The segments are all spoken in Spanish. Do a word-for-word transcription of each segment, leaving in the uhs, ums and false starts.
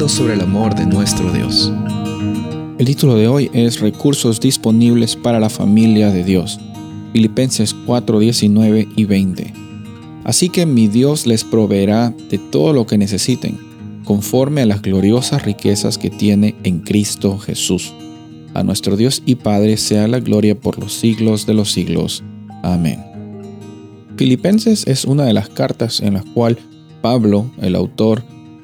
aprendiendo sobre el amor de nuestro Dios. El título de hoy es Recursos disponibles para la familia de Dios. Filipenses cuatro, diecinueve y veinte. Así que mi Dios les proveerá de todo lo que necesiten, conforme a las gloriosas riquezas que tiene en Cristo Jesús. A nuestro Dios y Padre sea la gloria por los siglos de los siglos. Amén. Filipenses es una de las cartas en las cuales Pablo, el autor,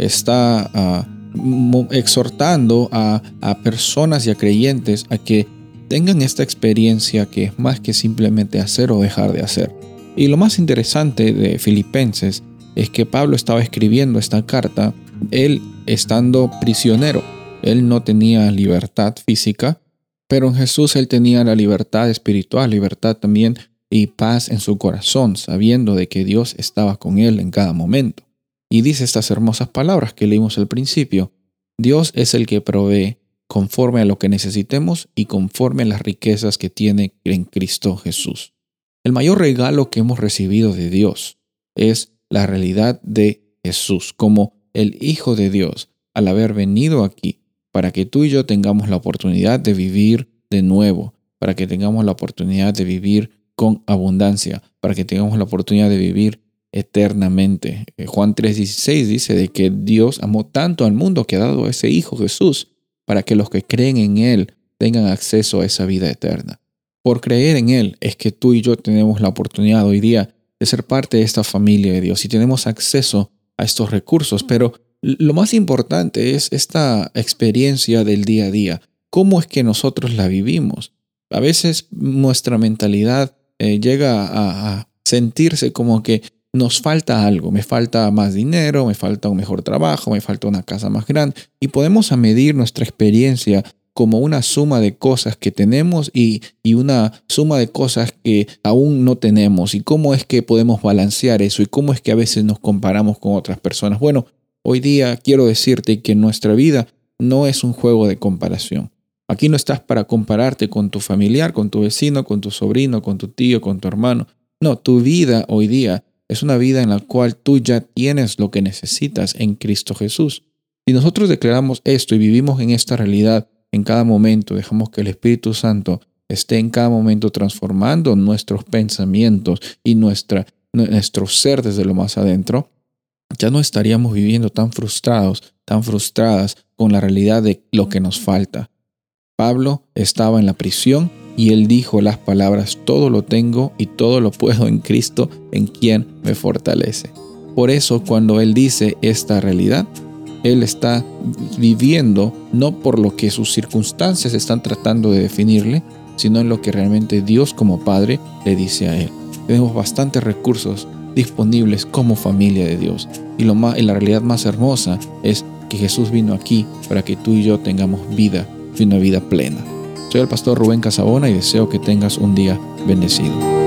está uh, exhortando a, a personas y a creyentes a que tengan esta experiencia que es más que simplemente hacer o dejar de hacer. Y lo más interesante de Filipenses es que Pablo estaba escribiendo esta carta, él estando prisionero. Él no tenía libertad física, pero en Jesús él tenía la libertad espiritual, libertad también y paz en su corazón, sabiendo de que Dios estaba con él en cada momento. Y dice estas hermosas palabras que leímos al principio: Dios es el que provee conforme a lo que necesitemos y conforme a las riquezas que tiene en Cristo Jesús. El mayor regalo que hemos recibido de Dios es la realidad de Jesús como el Hijo de Dios, al haber venido aquí para que tú y yo tengamos la oportunidad de vivir de nuevo, para que tengamos la oportunidad de vivir con abundancia, para que tengamos la oportunidad de vivir eternamente. Juan tres dieciséis dice de que Dios amó tanto al mundo que ha dado a ese Hijo Jesús para que los que creen en Él tengan acceso a esa vida eterna. Por creer en Él es que tú y yo tenemos la oportunidad hoy día de ser parte de esta familia de Dios y tenemos acceso a estos recursos, pero lo más importante es esta experiencia del día a día. ¿Cómo es que nosotros la vivimos? A veces nuestra mentalidad eh, llega a, a sentirse como que nos falta algo. Me falta más dinero, me falta un mejor trabajo, me falta una casa más grande. Y podemos medir nuestra experiencia como una suma de cosas que tenemos y, y una suma de cosas que aún no tenemos. ¿Y cómo es que podemos balancear eso? ¿Y cómo es que a veces nos comparamos con otras personas? Bueno, hoy día quiero decirte que nuestra vida no es un juego de comparación. Aquí no estás para compararte con tu familiar, con tu vecino, con tu sobrino, con tu tío, con tu hermano. No, tu vida hoy día es una vida en la cual tú ya tienes lo que necesitas en Cristo Jesús. Si nosotros declaramos esto y vivimos en esta realidad en cada momento, dejamos que el Espíritu Santo esté en cada momento transformando nuestros pensamientos y nuestra, nuestro ser desde lo más adentro, ya no estaríamos viviendo tan frustrados, tan frustradas con la realidad de lo que nos falta. Pablo estaba en la prisión y él dijo las palabras: todo lo tengo y todo lo puedo en Cristo, en quien me fortalece. Por eso, cuando él dice esta realidad, él está viviendo no por lo que sus circunstancias están tratando de definirle, sino en lo que realmente Dios como Padre le dice a él. Tenemos bastantes recursos disponibles como familia de Dios. Y, lo más, y la realidad más hermosa es que Jesús vino aquí para que tú y yo tengamos vida y una vida plena. Soy el pastor Rubén Casabona y deseo que tengas un día bendecido.